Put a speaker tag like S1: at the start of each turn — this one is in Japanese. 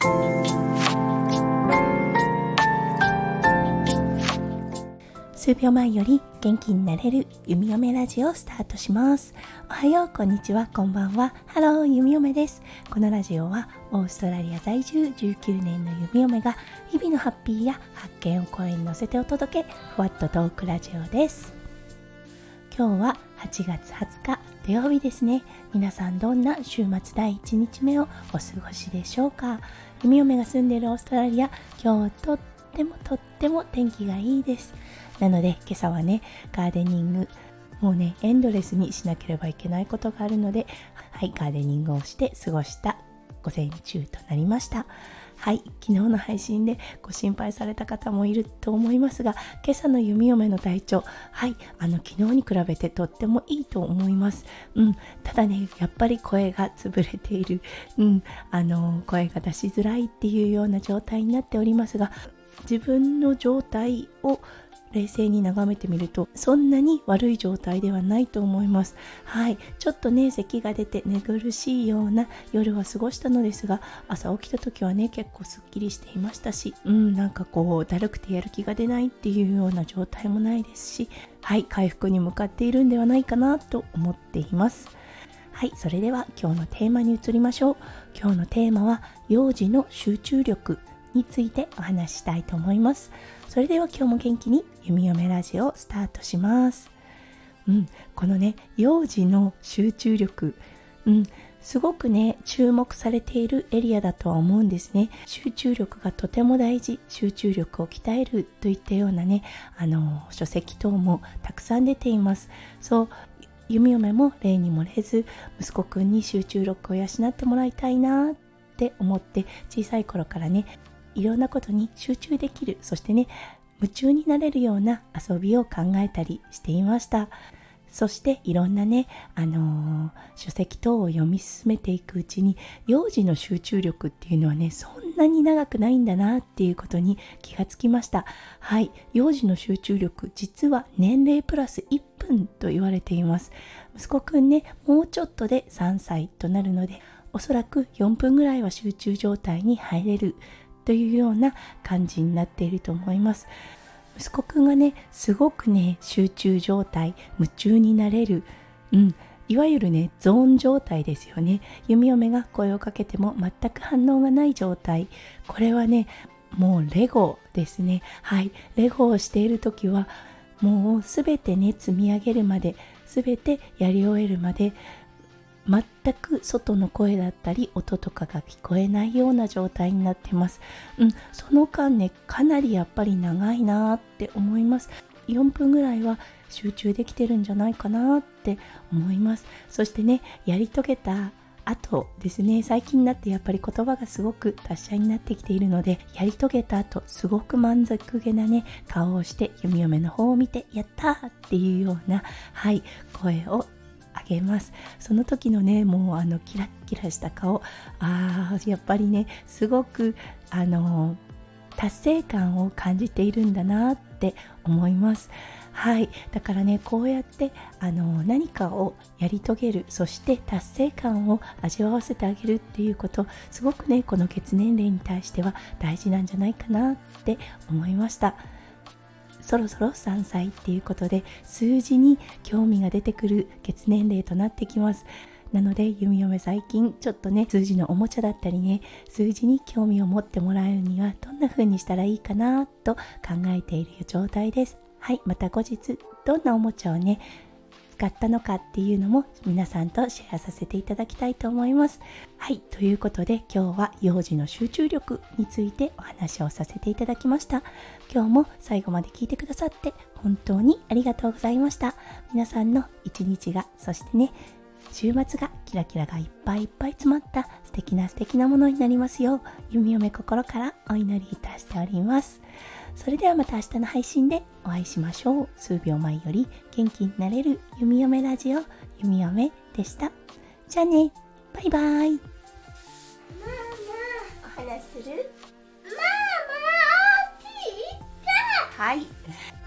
S1: 数秒前より元気になれる弓嫁ラジオをスタートします。おはよう、こんにちは、こんばんは。ハロー、弓嫁です。このラジオはオーストラリア在住19年の弓嫁が日々のハッピーや発見を声に乗せてお届け、ふわっとトークラジオです。今日は8月20日土曜日ですね。皆さんどんな週末第1日目をお過ごしでしょうか。弓嫁が住んでいるオーストラリア、今日とっても天気がいいです。なので今朝はね、ガーデニングもうねエンドレスにしなければいけないことがあるので、ガーデニングをして過ごした午前中となりました。昨日の配信でご心配された方もいると思いますが、今朝の弓嫁の体調、昨日に比べてとってもいいと思います。ただね、やっぱり声が潰れている、声が出しづらいっていうような状態になっておりますが、自分の状態を冷静に眺めてみるとそんなに悪い状態ではないと思います。ちょっとね咳が出て寝苦しいような夜は過ごしたのですが、朝起きた時はね結構すっきりしていましたし、だるくてやる気が出ないっていうような状態もないですし、回復に向かっているんではないかなと思っています。それでは今日のテーマに移りましょう。今日のテーマは幼児の集中力についてお話ししたいと思います。それでは今日も元気に弓嫁ラジオをスタートします。このね幼児の集中力、すごくね注目されているエリアだとは思うんですね。集中力がとても大事、集中力を鍛えるといったようなね書籍等もたくさん出ています。そう、弓嫁も例に漏れず息子くんに集中力を養ってもらいたいなって思って、小さい頃からねいろんなことに集中できる、そしてね夢中になれるような遊びを考えたりしていました。そしていろんなね、書籍等を読み進めていくうちに、幼児の集中力っていうのはねそんなに長くないんだなっていうことに気がつきました。幼児の集中力、実は年齢プラス1分と言われています。息子くんねもうちょっとで3歳となるので、おそらく4分ぐらいは集中状態に入れるというような感じになっていると思います。息子くんがねすごくね集中状態、夢中になれる、いわゆるねゾーン状態ですよね。弓嫁が声をかけても全く反応がない状態、これはねもうレゴですね。レゴをしている時はもうすべてね積み上げるまで、すべてやり終えるまで全く外の声だったり音とかが聞こえないような状態になってます。その間ねかなりやっぱり長いなって思います。4分ぐらいは集中できてるんじゃないかなって思います。そしてねやり遂げた後ですね、最近になってやっぱり言葉がすごく達者になってきているので、やり遂げた後すごく満足げなね顔をして弓嫁の方を見てやったーっていうような声をあげます。その時のねもうキラッキラした顔、やっぱりねすごく達成感を感じているんだなって思います。だからねこうやって何かをやり遂げる、そして達成感を味わわせてあげるっていうこと、すごくねこの血年齢に対しては大事なんじゃないかなって思いました。そろそろ3歳っていうことで数字に興味が出てくる血年齢となってきます。なので弓嫁最近ちょっとね数字のおもちゃだったりね、数字に興味を持ってもらえるにはどんな風にしたらいいかなと考えている状態です。また後日どんなおもちゃをね使ったのかっていうのも皆さんとシェアさせていただきたいと思います。ということで今日は幼児の集中力についてお話をさせていただきました。今日も最後まで聞いてくださって本当にありがとうございました。皆さんの一日が、そしてね週末がキラキラがいっぱいいっぱい詰まった素敵なものになりますよう、弓嫁心からお祈りいたしております。それではまた明日の配信でお会いしましょう。数秒前より元気になれる弓嫁ラジオ、弓嫁でした。じゃあね、バイバイ。ママお話する？ママ、起きた。